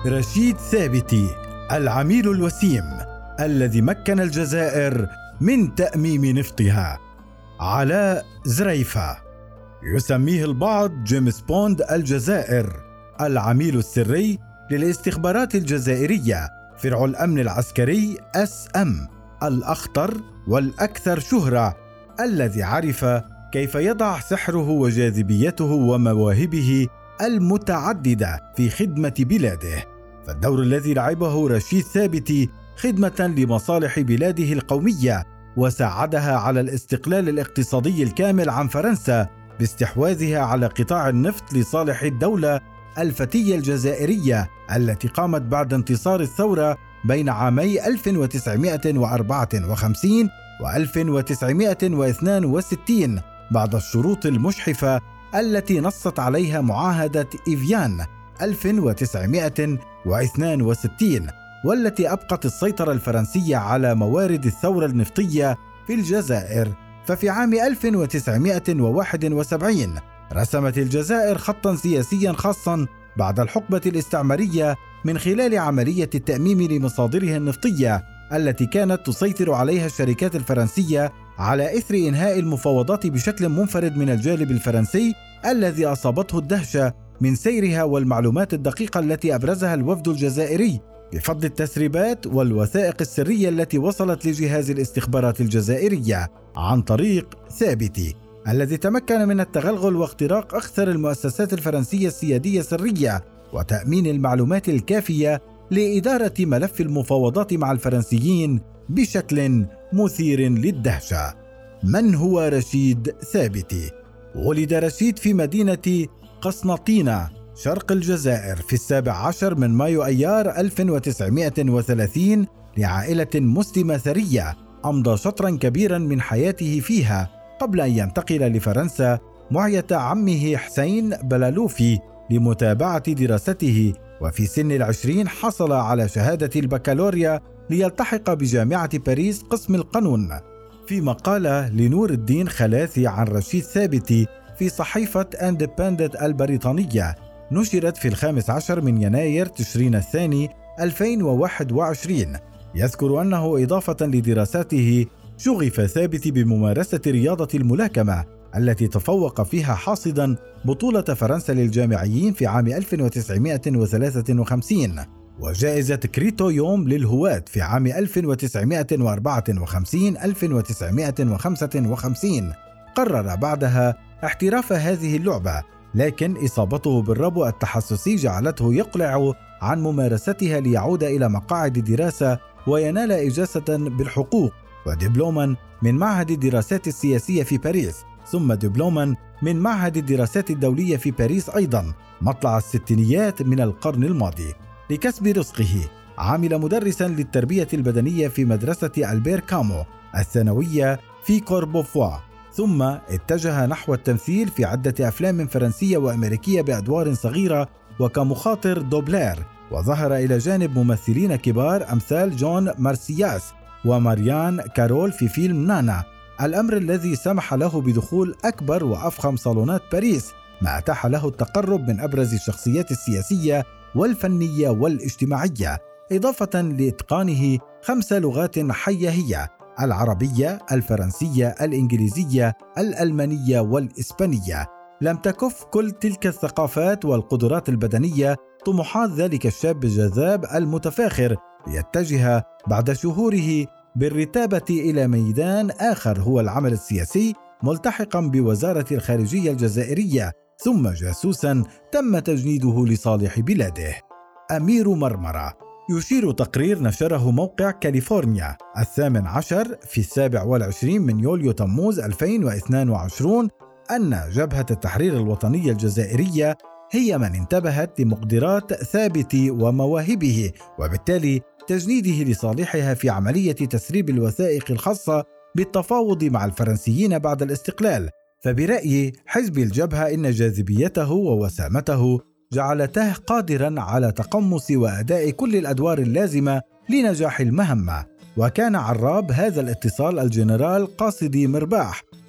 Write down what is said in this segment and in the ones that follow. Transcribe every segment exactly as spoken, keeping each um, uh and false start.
رشيد ثابتي، العميل الوسيم الذي مكن الجزائر من تأميم نفطها. علاء زريفة، يسميه البعض جيمس بوند الجزائر، العميل السري للاستخبارات الجزائرية، فرع الأمن العسكري إس إم، الأخطر والأكثر شهرة، الذي عرف كيف يضع سحره وجاذبيته ومواهبه المتعددة في خدمة بلاده. فالدور الذي لعبه رشيد ثابتي خدمة لمصالح بلاده القومية، وساعدها على الاستقلال الاقتصادي الكامل عن فرنسا باستحواذها على قطاع النفط لصالح الدولة الفتية الجزائرية التي قامت بعد انتصار الثورة بين عامي ألف وتسعمائة وأربعة وخمسين و ألف وتسعمائة واثنين وستين بعد الشروط المجحفة التي نصت عليها معاهدة إيفيان ألف وتسعمائة واثنين وستين، والتي أبقت السيطرة الفرنسية على موارد الثورة النفطية في الجزائر. ففي عام ألف وتسعمائة وواحد وسبعين رسمت الجزائر خطاً سياسياً خاصاً بعد الحقبة الاستعمارية من خلال عملية التأميم لمصادرها النفطية التي كانت تسيطر عليها الشركات الفرنسية، على إثر إنهاء المفاوضات بشكل منفرد من الجانب الفرنسي الذي أصابته الدهشة من سيرها والمعلومات الدقيقة التي أبرزها الوفد الجزائري بفضل التسريبات والوثائق السرية التي وصلت لجهاز الاستخبارات الجزائرية عن طريق ثابتي، الذي تمكن من التغلغل واختراق أكثر المؤسسات الفرنسية السيادية سرية وتأمين المعلومات الكافية لإدارة ملف المفاوضات مع الفرنسيين بشكل مثير للدهشة. من هو رشيد ثابتي؟ ولد رشيد في مدينة قسنطينة شرق الجزائر في السابع عشر من مايو أيار ألف وتسعمائة وثلاثين لعائلة مسلمة ثرية أمضى شطرا كبيرا من حياته فيها قبل أن ينتقل لفرنسا معية عمه حسين بلالوفي لمتابعة دراسته، وفي سن العشرين حصل على شهادة البكالوريا ليلتحق بجامعة باريس قسم القانون. في مقالة لنور الدين خلاثي عن رشيد ثابتي في صحيفة اندبندنت البريطانية نشرت في الخامس عشر من يناير تشرين الثاني ألفين وواحد وعشرين، يذكر أنه إضافة لدراساته شغف ثابت بممارسة رياضة الملاكمة التي تفوق فيها حاصدا بطولة فرنسا للجامعيين في عام ألف وتسعمائة وثلاثة وخمسين وجائزة كريتو يوم للهواة في عام ألف وتسعمائة وأربعة وخمسين ألف وتسعمائة وخمسة وخمسين. قرر بعدها احتراف هذه اللعبة، لكن إصابته بالربو التحسسي جعلته يقلع عن ممارستها ليعود إلى مقاعد دراسة وينال إجازة بالحقوق ودبلوما من معهد الدراسات السياسية في باريس، ثم دبلوما من معهد الدراسات الدولية في باريس أيضا مطلع الستينيات من القرن الماضي. لكسب رزقه عمل مدرسا للتربية البدنية في مدرسة ألبير كامو الثانوية في كوربوفوا، ثم اتجه نحو التمثيل في عدة أفلام فرنسية وأمريكية بأدوار صغيرة وكمخاطر دوبلير، وظهر إلى جانب ممثلين كبار أمثال جون مارسياس وماريان كارول في فيلم نانا، الأمر الذي سمح له بدخول أكبر وأفخم صالونات باريس، ما أتاح له التقرب من أبرز الشخصيات السياسية والفنية والاجتماعية، إضافة لإتقانه خمس لغات حية هي العربية، الفرنسية، الإنجليزية، الألمانية والإسبانية. لم تكف كل تلك الثقافات والقدرات البدنية طموحات ذلك الشاب الجذاب المتفاخر ليتجه بعد شهوره بالرتابة إلى ميدان آخر هو العمل السياسي، ملتحقا بوزارة الخارجية الجزائرية، ثم جاسوسا تم تجنيده لصالح بلاده. أمير مرمرة. يشير تقرير نشره موقع كاليفورنيا الثامن عشر في السابع والعشرين من يوليو تموز ألفين واثنين وعشرين أن جبهة التحرير الوطنية الجزائرية هي من انتبهت لمقدرات ثابت ومواهبه، وبالتالي تجنيده لصالحها في عملية تسريب الوثائق الخاصة بالتفاوض مع الفرنسيين بعد الاستقلال. فبرأي حزب الجبهة إن جاذبيته ووسامته جعلته قادرا على تقمص وأداء كل الأدوار اللازمة لنجاح المهمة. وكان عراب هذا الاتصال الجنرال قاصدي مرباح،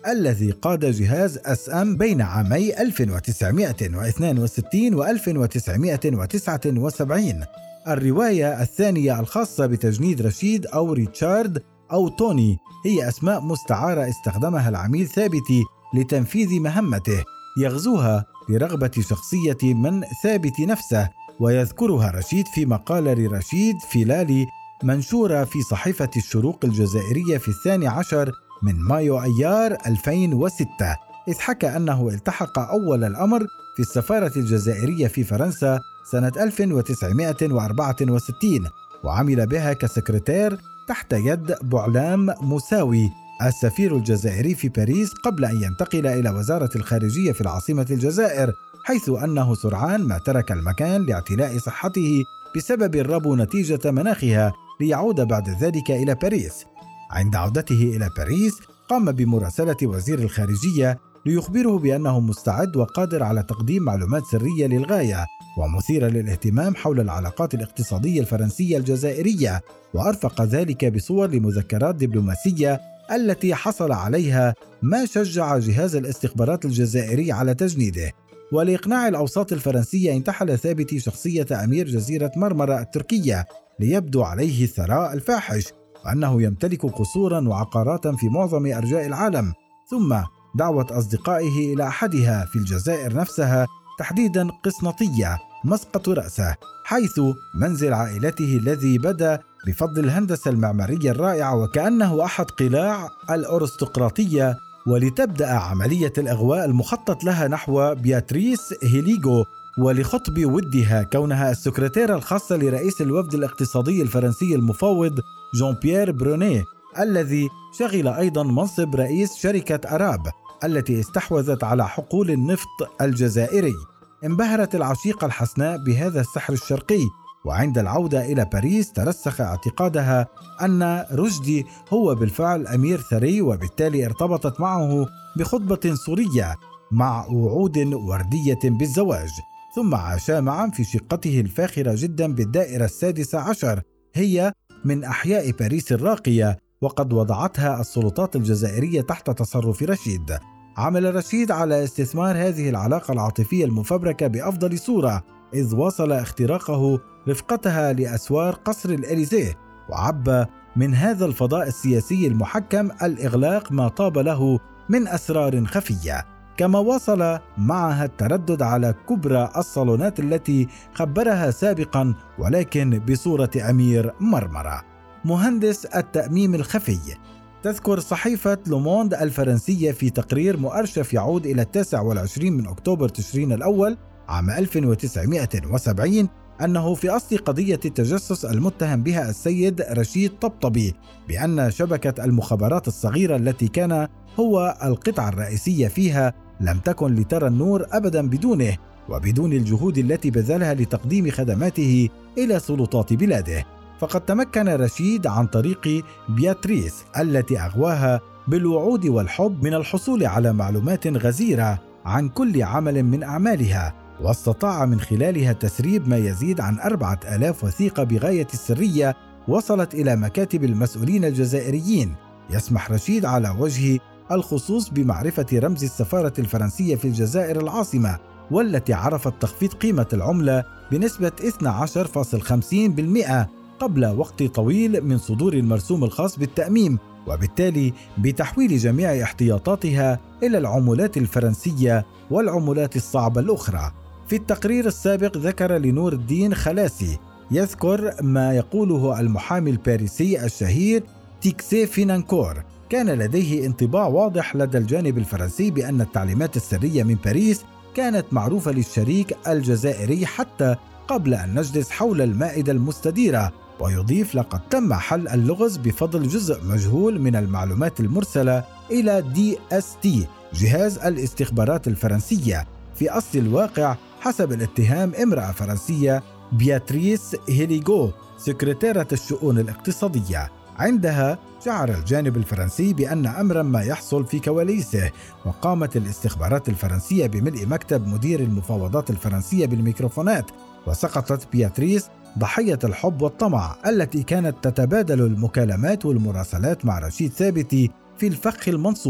الذي قاد جهاز اس ام بين عامي ألف وتسعمائة واثنين وستين و ألف وتسعمائة وتسعة وسبعين. الرواية الثانية الخاصة بتجنيد رشيد أو ريتشارد أو توني هي أسماء مستعارة استخدمها العميل ثابتي لتنفيذ مهمته، يغزوها لرغبة شخصية من ثابت نفسه، ويذكرها رشيد في مقالة لرشيد فيلالي منشورة في صحيفة الشروق الجزائرية في الثاني عشر من مايو أيار ألفين وستة، إذ حكى أنه التحق أول الأمر في السفارة الجزائرية في فرنسا سنة ألف وتسعمائة وأربعة وستين، وعمل بها كسكرتير تحت يد بوعلام مساوي السفير الجزائري في باريس، قبل أن ينتقل إلى وزارة الخارجية في العاصمة الجزائر، حيث أنه سرعان ما ترك المكان لاعتلاء صحته بسبب الربو نتيجة مناخها، ليعود بعد ذلك إلى باريس. عند عودته إلى باريس قام بمراسلة وزير الخارجية ليخبره بأنه مستعد وقادر على تقديم معلومات سرية للغاية ومثيرة للاهتمام حول العلاقات الاقتصادية الفرنسية الجزائرية، وأرفق ذلك بصور لمذكرات دبلوماسية التي حصل عليها، ما شجع جهاز الاستخبارات الجزائري على تجنيده. ولإقناع الأوساط الفرنسية انتحل ثابتي شخصية أمير جزيرة مرمرة التركية ليبدو عليه الثراء الفاحش، وأنه يمتلك قصورا وعقارات في معظم أرجاء العالم، ثم دعوة أصدقائه إلى أحدها في الجزائر نفسها، تحديدا قسنطية مسقط رأسه، حيث منزل عائلته الذي بدا بفضل الهندسة المعمارية الرائعة وكأنه أحد قلاع الأرستقراطية، ولتبدأ عملية الإغواء المخطط لها نحو بياتريس هيليغو، ولخطب ودها كونها السكرتيرة الخاصة لرئيس الوفد الاقتصادي الفرنسي المفوض جون بيير برونيه، الذي شغل أيضا منصب رئيس شركة أراب التي استحوذت على حقول النفط الجزائري. انبهرت العشيقة الحسناء بهذا السحر الشرقي، وعند العودة إلى باريس ترسخ اعتقادها أن رشدي هو بالفعل أمير ثري، وبالتالي ارتبطت معه بخطبة سورية مع وعود وردية بالزواج، ثم عاشا معا في شقته الفاخرة جدا بالدائرة السادسة عشر، هي من أحياء باريس الراقية، وقد وضعتها السلطات الجزائرية تحت تصرف رشيد. عمل رشيد على استثمار هذه العلاقة العاطفية المفبركة بأفضل صورة، إذ واصل اختراقه رفقتها لأسوار قصر الإليزيه، وعبى من هذا الفضاء السياسي المحكم الإغلاق ما طاب له من أسرار خفية، كما واصل معها التردد على كبرى الصالونات التي خبرها سابقا، ولكن بصورة أمير مرمرة. مهندس التأميم الخفي. تذكر صحيفة لوموند الفرنسية في تقرير مؤرشف يعود إلى التاسع والعشرين من أكتوبر تشرين الأول عام ألف وتسعمائة وسبعين أنه في أصل قضية التجسس المتهم بها السيد رشيد طبطبي بأن شبكة المخابرات الصغيرة التي كان هو القطعة الرئيسية فيها لم تكن لترى النور أبدا بدونه، وبدون الجهود التي بذلها لتقديم خدماته إلى سلطات بلاده. فقد تمكن رشيد عن طريق بياتريس التي أغواها بالوعود والحب من الحصول على معلومات غزيرة عن كل عمل من أعمالها، واستطاع من خلالها تسريب ما يزيد عن أربعة آلاف وثيقة بغاية السرية وصلت إلى مكاتب المسؤولين الجزائريين. يسمح رشيد على وجه الخصوص بمعرفة رمز السفارة الفرنسية في الجزائر العاصمة، والتي عرفت تخفيض قيمة العملة بنسبة اثني عشر فاصلة خمسين بالمئة قبل وقت طويل من صدور المرسوم الخاص بالتأميم، وبالتالي بتحويل جميع احتياطاتها إلى العملات الفرنسية والعملات الصعبة الأخرى. في التقرير السابق ذكر لنور الدين خلاسي يذكر ما يقوله المحامي الباريسي الشهير تيكسي فينانكور. كان لديه انطباع واضح لدى الجانب الفرنسي بأن التعليمات السرية من باريس كانت معروفة للشريك الجزائري حتى قبل أن نجلس حول المائدة المستديرة. ويضيف: لقد تم حل اللغز بفضل جزء مجهول من المعلومات المرسلة إلى دي اس تي جهاز الاستخبارات الفرنسية، في أصل الواقع حسب الاتهام امرأة فرنسية بياتريس هيليغو سكرتيرة الشؤون الاقتصادية. عندها شعر الجانب الفرنسي بأن أمرا ما يحصل في كواليسه، وقامت الاستخبارات الفرنسية بملء مكتب مدير المفاوضات الفرنسية بالميكروفونات، وسقطت بياتريس ضحية الحب والطمع التي كانت تتبادل المكالمات والمراسلات مع رشيد ثابتي في الفخ المنصوب.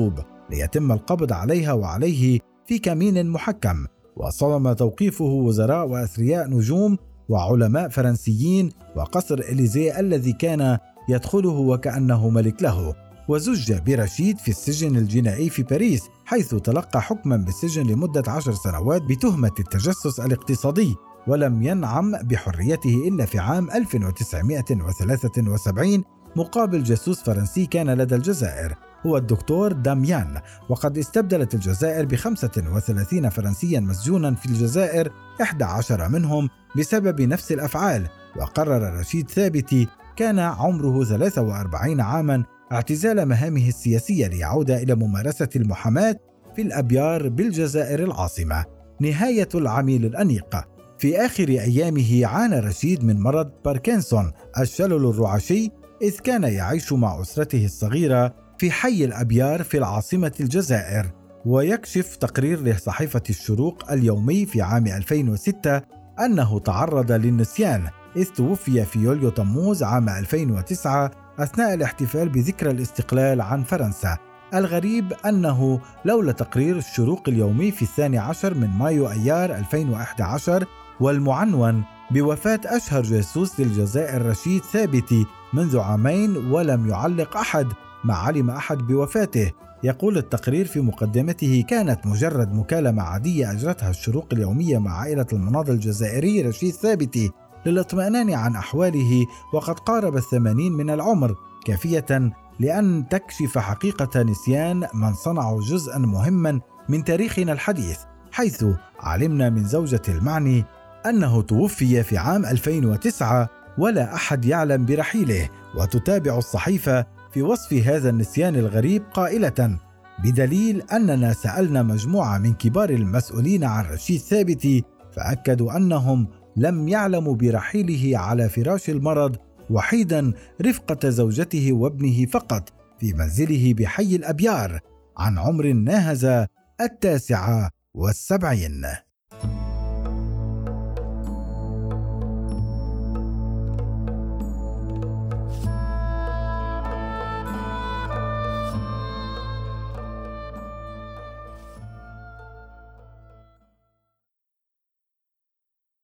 ليتم القبض عليها وعليه في كمين محكم. وصدم توقيفه وزراء وأثرياء نجوم وعلماء فرنسيين، وقصر إليزيه الذي كان يدخله وكأنه ملك له. وزج برشيد في السجن الجنائي في باريس، حيث تلقى حكما بالسجن لمدة عشر سنوات بتهمة التجسس الاقتصادي، ولم ينعم بحريته إلا في عام ألف وتسعمائة وثلاثة وسبعين مقابل جاسوس فرنسي كان لدى الجزائر هو الدكتور داميان. وقد استبدلت الجزائر بخمسة وثلاثين فرنسيا مسجونا في الجزائر، إحدى عشر منهم بسبب نفس الأفعال. وقرر رشيد ثابتي كان عمره ثلاثة وأربعين عاما اعتزال مهامه السياسية ليعود إلى ممارسة المحاماة في الأبيار بالجزائر العاصمة. نهاية العميل الأنيق. في آخر أيامه عانى رشيد من مرض باركنسون الشلل الرعاشي، إذ كان يعيش مع أسرته الصغيرة في حي الأبيار في العاصمة الجزائر. ويكشف تقرير لصحيفة الشروق اليومي في عام ألفين وستة أنه تعرض للنسيان، إذ توفي في يوليو تموز عام ألفين وتسعة أثناء الاحتفال بذكرى الاستقلال عن فرنسا. الغريب أنه لولا تقرير الشروق اليومي في الثاني عشر من مايو أيار ألفين وأحد عشر والمعنون بوفاة أشهر جاسوس للجزائر رشيد ثابتي منذ عامين، ولم يعلق أحد ما علم أحد بوفاته. يقول التقرير في مقدمته: كانت مجرد مكالمة عادية أجرتها الشروق اليومية مع عائلة المناضل الجزائري رشيد ثابتي للاطمئنان عن أحواله، وقد قارب الثمانين من العمر، كافية لأن تكشف حقيقة نسيان من صنعوا جزءا مهما من تاريخنا الحديث، حيث علمنا من زوجة المعني أنه توفي في عام ألفين وتسعة ولا أحد يعلم برحيله. وتتابع الصحيفة في وصف هذا النسيان الغريب قائلة: بدليل أننا سألنا مجموعة من كبار المسؤولين عن رشيد ثابتي، فأكدوا أنهم لم يعلموا برحيله على فراش المرض وحيدا رفقة زوجته وابنه فقط في منزله بحي الأبيار عن عمر ناهز التاسعة والسبعين.